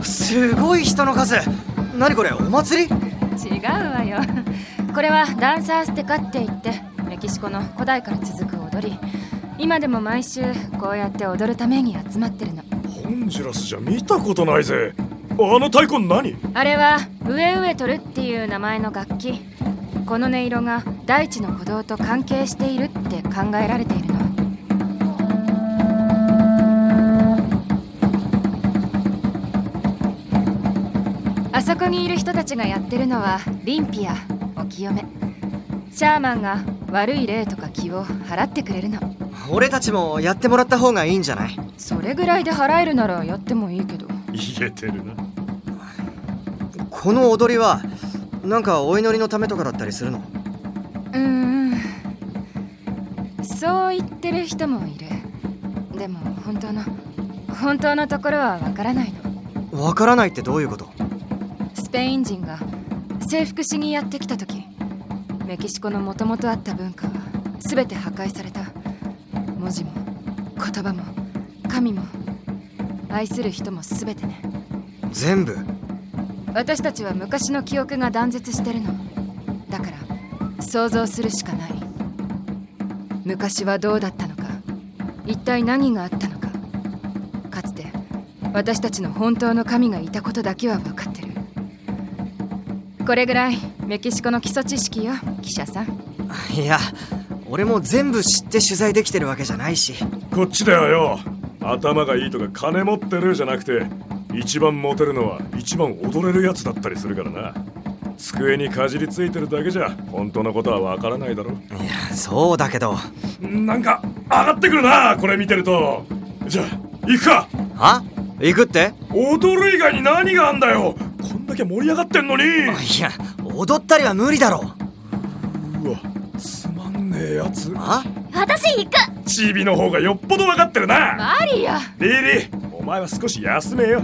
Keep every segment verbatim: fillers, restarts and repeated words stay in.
すごい人の数。何これ、お祭り？ 違うわよ。これはダンサーステカって言ってメキシコの古代から続く踊り。今でも毎週こうやって踊るために集まってるの。 ホンジュラスじゃ見たことないぜ。あの太鼓何？ あれはウエウエトルっていう名前の楽器。この音色が大地の鼓動と関係しているって考えられているの。あそこにいる人たちがやってるのはリンピア、お清め。シャーマンが悪い霊とか気を払ってくれるの。 俺たちもやってもらった方がいいんじゃない？ それぐらいで払えるならやってもいいけど。 言えてるな。 この踊りはなんかお祈りのためとかだったりするの？ うーん、そう言ってる人もいる。でも本当の本当のところはわからないの。 わからないってどういうこと？ スペイン人が征服しにやってきた時、メキシコのもともとあった文化は全て破壊された。文字も言葉も神も愛する人も全てね。 全部？ 私たちは昔の記憶が断絶してるの。だから想像するしかない。昔はどうだったのか、一体何があったのか。かつて私たちの本当の神がいたことだけは分かってる。これぐらいメキシコの基礎知識よ、記者さん。 いや、俺も全部知って取材できてるわけじゃないし。 こっちだよよ。頭がいいとか金持ってるじゃなくて、一番モテるのは一番踊れるやつだったりするからな。机にかじりついてるだけじゃ本当のことはわからないだろ。いや、そうだけど。 なんか上がってくるな、これ見てると。じゃあ行くか。 は？行くって？ 踊る以外に何があんだよ。こんだけ盛り上がってんのに。いや、踊ったりは無理だろ。 うわ、つまんねえやつ。 あ？ 私行く。 チビの方がよっぽど分かってるな。 マリア。 リリー、お前は少し休めよ。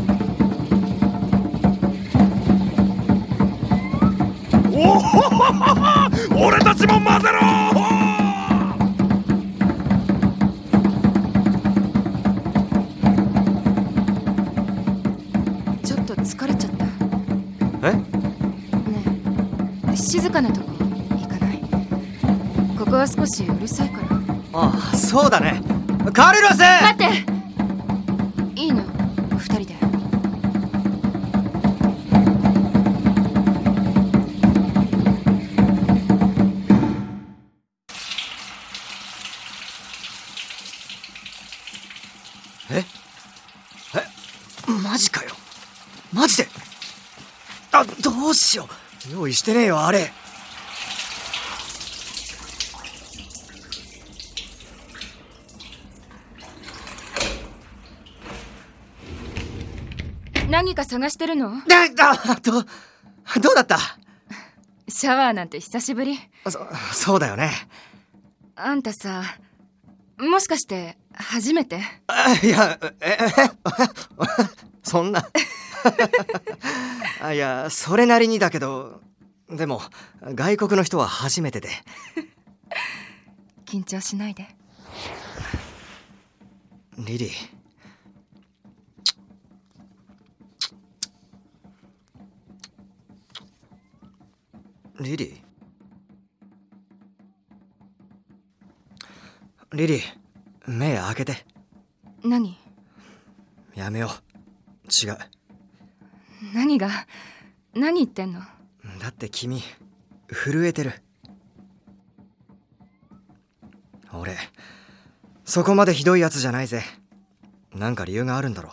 おお、俺たちも混ぜろ。 ちょっと疲れちゃった。 え？ ねえ、静かなとこ行かない？ここは少しうるさいから。 ああ、そうだね。カルロス！ 待って！いいの？二人で。 え？え？マジかよ。マジで？あ、どうしよう。用意してねえよ、あれ。 何か探してるの？ だ、だ、ど、どうだった？ シャワーなんて久しぶり。 そ、そうだよね。 あんたさ、もしかして初めて？ あ、いや、え、そんな。あ、いや、それなりにだけど、でも外国の人は初めてで。 緊張しないで。 リリー、リリーリリー、目開けて。 何？ やめよう。違う。 何が？何言ってんの？ だって君震えてる。俺そこまでひどいやつじゃないぜ。なんか理由があるんだろ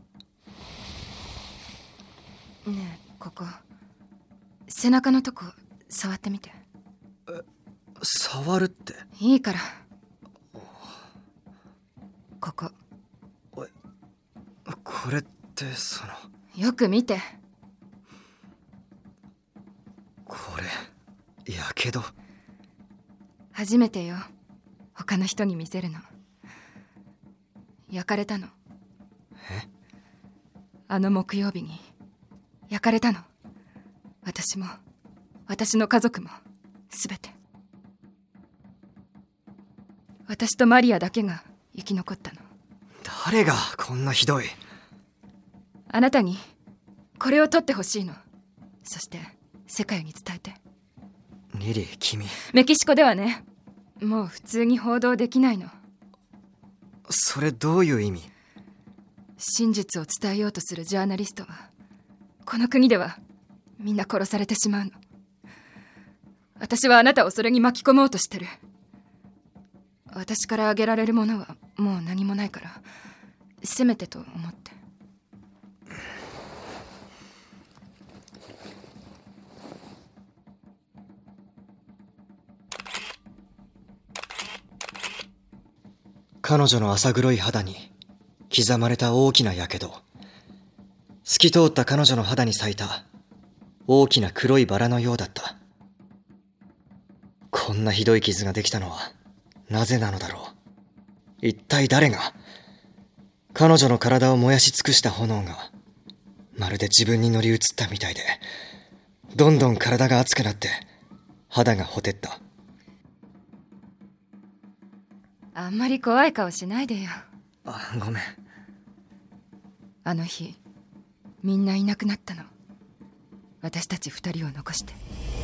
う。ねえ、ここ背中のとこ触ってみて。 え、触るって？ いいから。ここ。 これってその。 よく見て。 これやけど。 初めてよ、他の人に見せるの。焼かれたの。 え？ あの木曜日に焼かれたの。私も私の家族も全て。私とマリアだけが生き残ったの。 誰がこんなひどい？ あなたにこれを取ってほしいの。そして世界に伝えて。 リリー、君。 メキシコではね、もう普通に報道できないの。 それどういう意味？ 真実を伝えようとするジャーナリストはこの国ではみんな殺されてしまうの。私はあなたをそれに巻き込もうとしてる。私からあげられるものはもう何もないから、せめてと思って。 彼女の浅黒い肌に刻まれた大きな火傷。透き通った彼女の肌に咲いた大きな黒いバラのようだった。こんなひどい傷ができたのはなぜなのだろう。一体誰が。彼女の体を燃やし尽くした炎がまるで自分に乗り移ったみたいで、どんどん体が熱くなって肌がほてった。 あんまり怖い顔しないでよ。 あ、ごめん。 あの日みんないなくなったの。私たち二人を残して。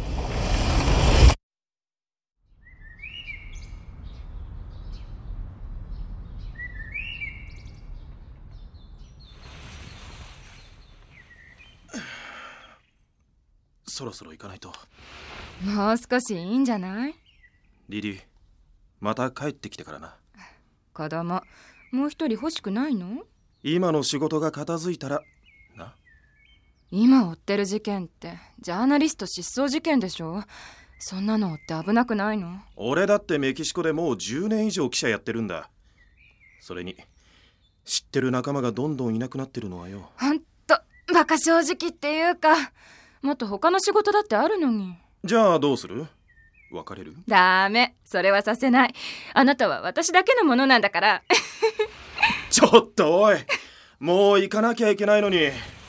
そろそろ行かないと。 もう少しいいんじゃない？ リリー、また帰ってきてからな。 子供もう一人欲しくないの？ 今の仕事が片付いたらな。 今追ってる事件ってジャーナリスト失踪事件でしょ。そんなの追って危なくないの？ 俺だってメキシコでもうじゅうねん以上記者やってるんだ。それに知ってる仲間がどんどんいなくなってるのはよ。 ほんとバカ正直っていうか、もっと他の仕事だってあるのに。 じゃあどうする？別れる？ ダメ、それはさせない。あなたは私だけのものなんだから。 ちょっとおい、もう行かなきゃいけないのに。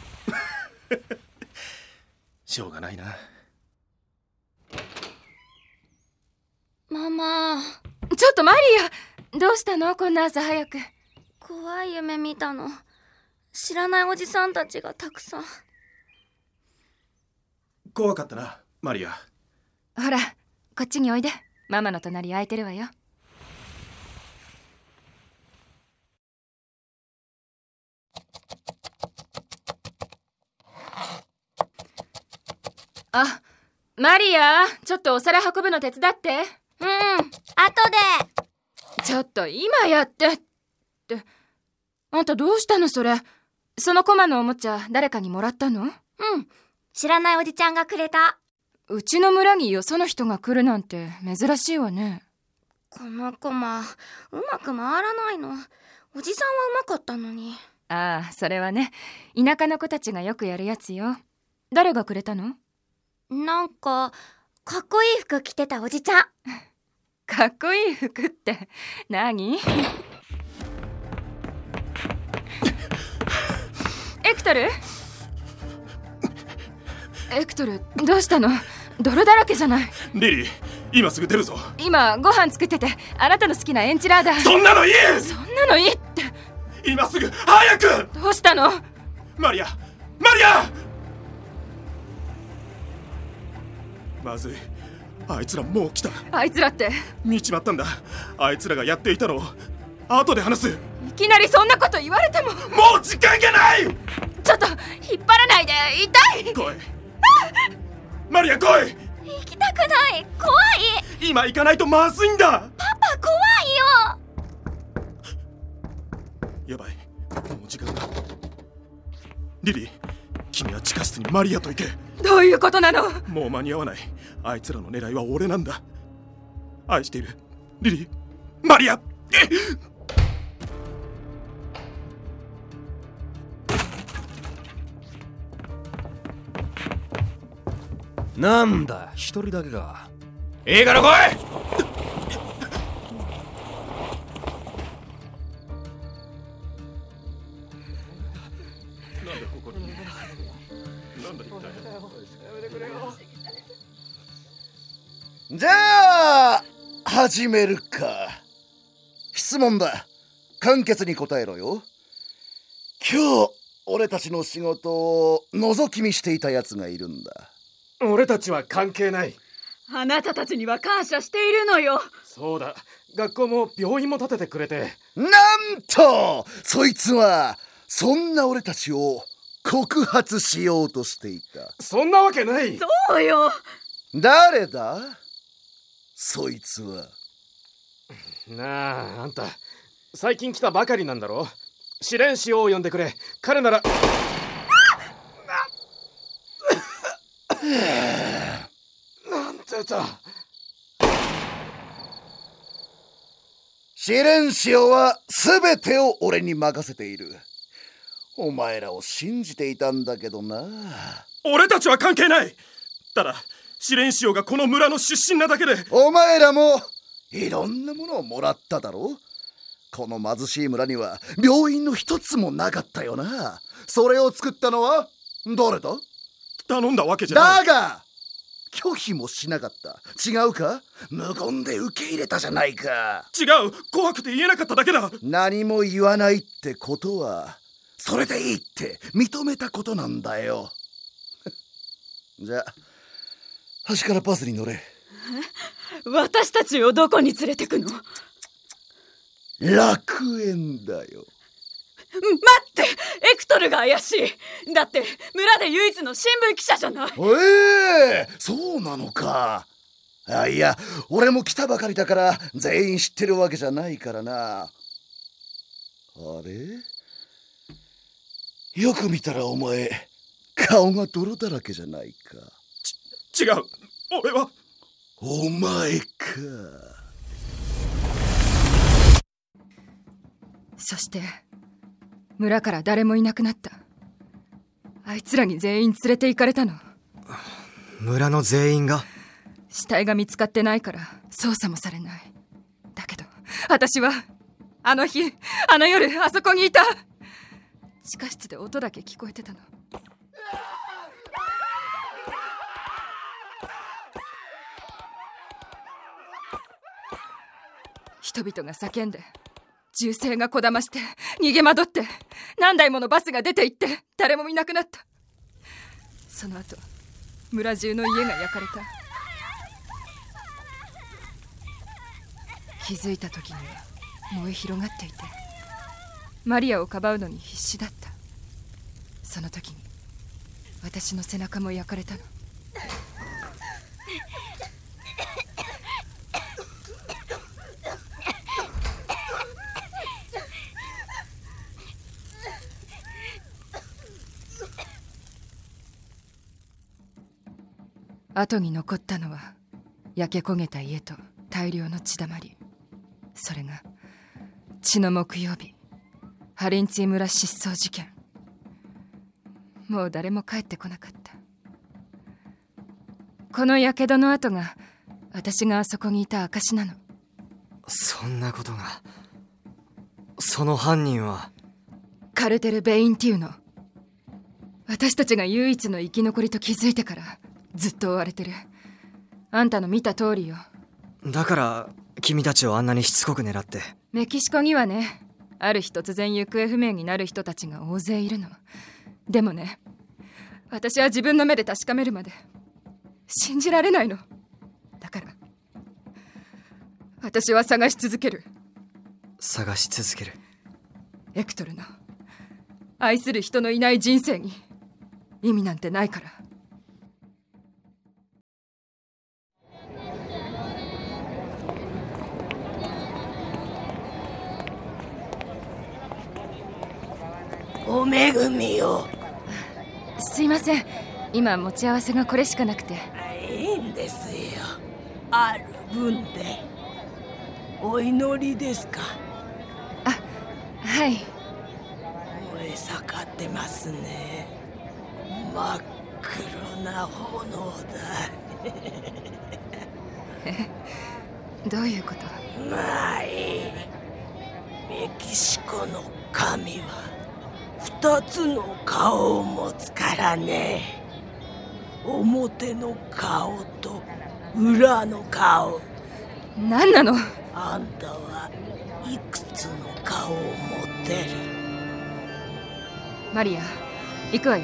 しょうがないな。 ママ。 ちょっとマリア、どうしたのこんな朝早く。 怖い夢見たの。知らないおじさんたちがたくさん。 怖かったな、マリア。 ほらこっちにおいで。ママの隣空いてるわよ。あ、マリア、ちょっとお皿運ぶの手伝って。 うん、後で。 ちょっと今やってって。あんたどうしたのそれ。そのコマのおもちゃ誰かにもらったの？ うん、知らないおじちゃんがくれた。 うちの村によその人が来るなんて珍しいわね。 このコマうまく回らないの。おじさんはうまかったのに。 ああ、それはね、田舎の子たちがよくやるやつよ。誰がくれたの？ なんかかっこいい服着てたおじちゃん。 かっこいい服って何？エクトル？エクトル、どうしたの？泥だらけじゃない。 リリー、今すぐ出るぞ。 今ご飯作ってて、あなたの好きなエンチラーダ。 そんなのいい！ そんなのいいって。 今すぐ早く！ どうしたの？ マリア、マリア！まずい、あいつらもう来た。 あいつらって見ちまったんだ。あいつらがやっていたのを後で話す。 いきなりそんなこと言われても。 もう時間がない！ ちょっと引っ張らないで、痛い。 来いマリア、来い。 行きたくない、怖い。 今行かないとまずいんだ。 パパ怖いよ。 やばい、もう時間だ。リリー、君は地下室にマリアと行け。 どういうことなの？ もう間に合わない。あいつらの狙いは俺なんだ。愛しているリリー、マリア。 なんだ一人だけか。いいから来い。 なんでここに。なんだ一体。 じゃあ始めるか。質問だ。簡潔に答えろよ。今日俺たちの仕事を覗き見していたやつがいるんだ。 俺たちは関係ない。 あなたたちには感謝しているのよ。 そうだ、学校も病院も建ててくれて。 なんとそいつはそんな俺たちを告発しようとしていた。 そんなわけない。 そうよ。 誰だそいつは。 なあ、あんた最近来たばかりなんだろ。試練士を呼んでくれ。彼ならなんてだ。 試練士をは全てを俺に任せている。お前らを信じていたんだけどな。 俺たちは関係ない。ただ試練士がこの村の出身なだけで。 お前らもいろんなものをもらっただろ。この貧しい村には病院の一つもなかったよな。それを作ったのは誰だ。 頼んだわけじゃない。 だが拒否もしなかった。違うか。無言で受け入れたじゃないか。 違う、怖くて言えなかっただけだ。 何も言わないってことはそれでいいって認めたことなんだよ。じゃあ端からバスに乗れ。 私たちをどこに連れてくの。 楽園だよ。 待って、エクトルが怪しい。だって村で唯一の新聞記者じゃない。 ええー、そうなのか。あ、いや俺も来たばかりだから全員知ってるわけじゃないからな。あれ、よく見たらお前顔が泥だらけじゃないか。 ち違う、俺は。 お前か。 そして村から誰もいなくなった。あいつらに全員連れて行かれたの。 村の全員が。 死体が見つかってないから捜査もされない。だけど私はあの日あの夜あそこにいた。地下室で音だけ聞こえてたの。人々が叫んで、銃声がこだまして逃げ惑って、何台ものバスが出て行って誰もいなくなった。その後村中の家が焼かれた。気づいた時には燃え広がっていて、マリアをかばうのに必死だった。その時に私の背中も焼かれたの。後に残ったのは焼け焦げた家と大量の血だまり。それが血の木曜日、ハリンツィ村失踪事件。もう誰も帰ってこなかった。このやけどの跡が私があそこにいた証なの。 そんなことが。その犯人はカルテル・ベインティウノ。私たちが唯一の生き残りと気づいてからずっと追われてる。あんたの見た通りよ。 だから君たちをあんなにしつこく狙って。 メキシコにはね、ある日突然行方不明になる人たちが大勢いるの。でもね、私は自分の目で確かめるまで信じられないの。だから私は探し続ける。 探し続ける。 エクトルの愛する人のいない人生に意味なんてないから。 おめぐみよ。 すいません、今持ち合わせがこれしかなくて。 いいんですよ、ある分で。お祈りですか。 あ、はい。 燃え盛ってますね。真っ黒な炎だ。 え、どういうこと。 まあいい。メキシコの神は二つの顔を持つからね。表の顔と裏の顔。 何なの。 あんたはいくつの顔を持ってる。 マリア、行くわよ。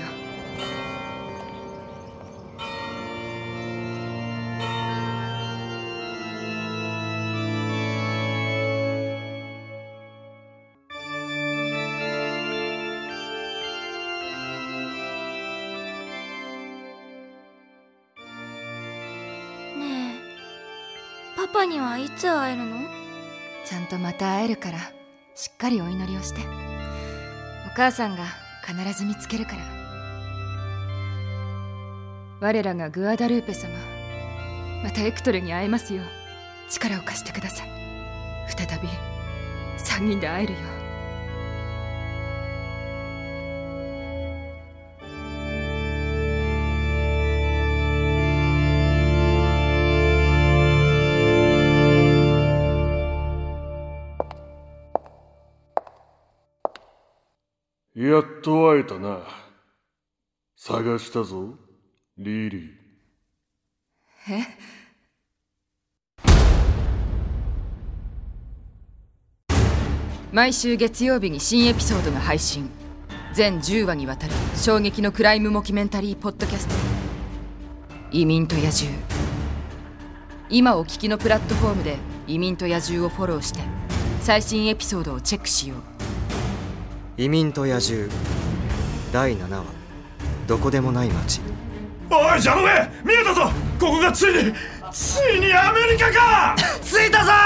ねえ、パパにはいつ会えるの？ ちゃんとまた会えるから、しっかりお祈りをして。お母さんが必ず見つけるから。我らがグアダルーペ様、またエクトルに会えますよう力を貸してください。再び三人で会えるよう。 やっと会えたな。探したぞ、リリー。 え？毎週月曜日に新エピソードが配信。全じゅうわにわたる衝撃のクライムモキュメンタリーポッドキャスト、移民と野獣。今お聞きのプラットフォームで移民と野獣をフォローして最新エピソードをチェックしよう。 移民と野獣だいななわ、どこでもない街。 おい、ジャノベ、見えたぞ。ここがついについにアメリカか。 着いたぞ。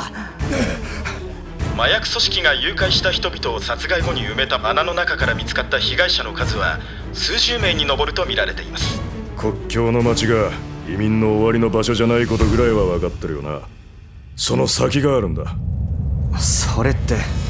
麻薬組織が誘拐した人々を殺害後に埋めた穴の中から見つかった被害者の数は数十名に上ると見られています。 国境の街が移民の終わりの場所じゃないことぐらいは分かってるよな。その先があるんだ。 それって